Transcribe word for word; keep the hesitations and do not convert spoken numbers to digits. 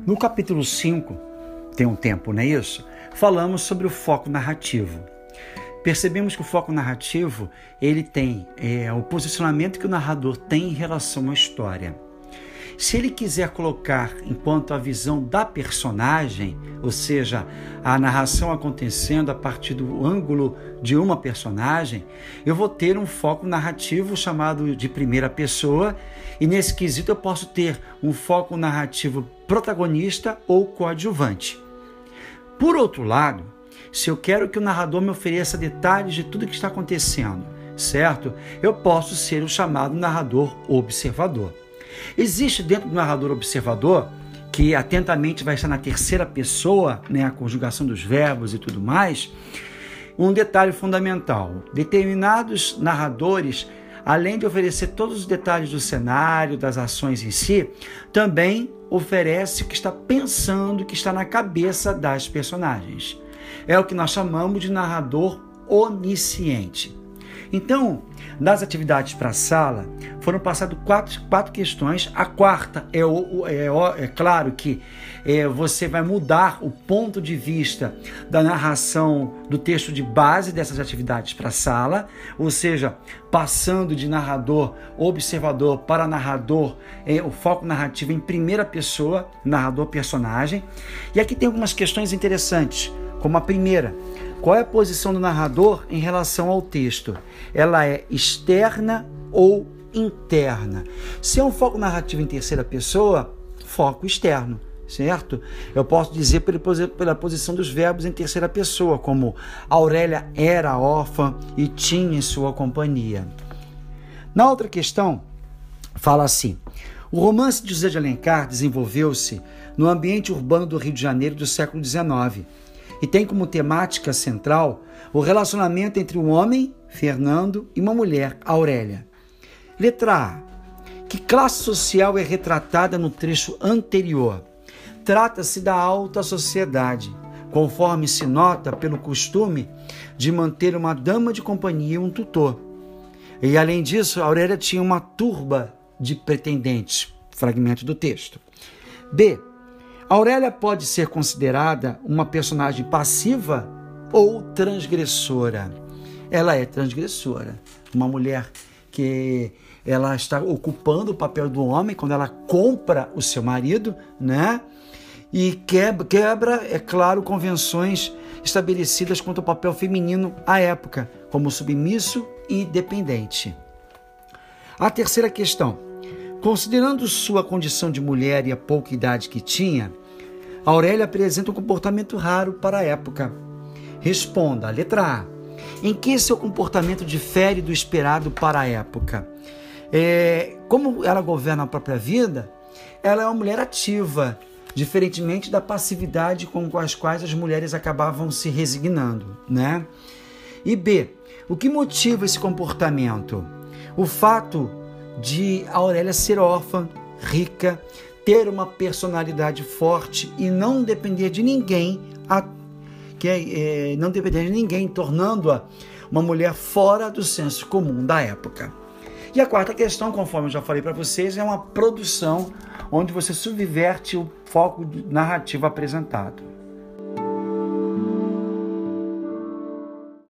No capítulo cinco, tem um tempo, não é isso? Falamos sobre o foco narrativo. Percebemos que o foco narrativo, ele tem é, o posicionamento que o narrador tem em relação à história. Se ele quiser colocar enquanto a visão da personagem, ou seja, a narração acontecendo a partir do ângulo de uma personagem, eu vou ter um foco narrativo chamado de primeira pessoa, e nesse quesito eu posso ter um foco narrativo protagonista ou coadjuvante. Por outro lado, se eu quero que o narrador me ofereça detalhes de tudo que está acontecendo, certo? Eu posso ser o chamado narrador observador. Existe dentro do narrador observador, que atentamente vai estar na terceira pessoa, né, a conjugação dos verbos e tudo mais, um detalhe fundamental. Determinados narradores, além de oferecer todos os detalhes do cenário, das ações em si, também oferece o que está pensando, o que está na cabeça das personagens. É o que nós chamamos de narrador onisciente. Então, nas atividades para a sala, foram passadas quatro, quatro questões. A quarta é, o, é, é claro que é, você vai mudar o ponto de vista da narração do texto de base dessas atividades para a sala, ou seja, passando de narrador observador para narrador, é, o foco narrativo em primeira pessoa, narrador personagem. E aqui tem algumas questões interessantes, como a primeira: qual é a posição do narrador em relação ao texto? Ela é externa ou interna? Se é um foco narrativo em terceira pessoa, foco externo, certo? Eu posso dizer pela posição dos verbos em terceira pessoa, como Aurélia era órfã e tinha em sua companhia. Na outra questão, fala assim: o romance de José de Alencar desenvolveu-se no ambiente urbano do Rio de Janeiro do século dezenove, e tem como temática central o relacionamento entre um homem, Fernando, e uma mulher, Aurélia. Letra A. Que classe social é retratada no trecho anterior? Trata-se da alta sociedade, conforme se nota pelo costume de manter uma dama de companhia e um tutor. E, além disso, Aurélia tinha uma turba de pretendentes. Fragmento do texto. B. Aurélia pode ser considerada uma personagem passiva ou transgressora? Ela é transgressora. Uma mulher que ela está ocupando o papel do homem quando ela compra o seu marido, né? E quebra, quebra, é claro, convenções estabelecidas quanto ao papel feminino à época, como submisso e dependente. A terceira questão: considerando sua condição de mulher e a pouca idade que tinha, Aurélia apresenta um comportamento raro para a época. Responda. Letra A. Em que seu comportamento difere do esperado para a época? É, como ela governa a própria vida, ela é uma mulher ativa, diferentemente da passividade com as quais as mulheres acabavam se resignando, né? E B. O que motiva esse comportamento? O fato de Aurélia ser órfã, rica, ter uma personalidade forte e não depender de ninguém, a, que é, é, não depender de ninguém, tornando-a uma mulher fora do senso comum da época. E a quarta questão, conforme eu já falei para vocês, é uma produção onde você subverte o foco narrativo apresentado.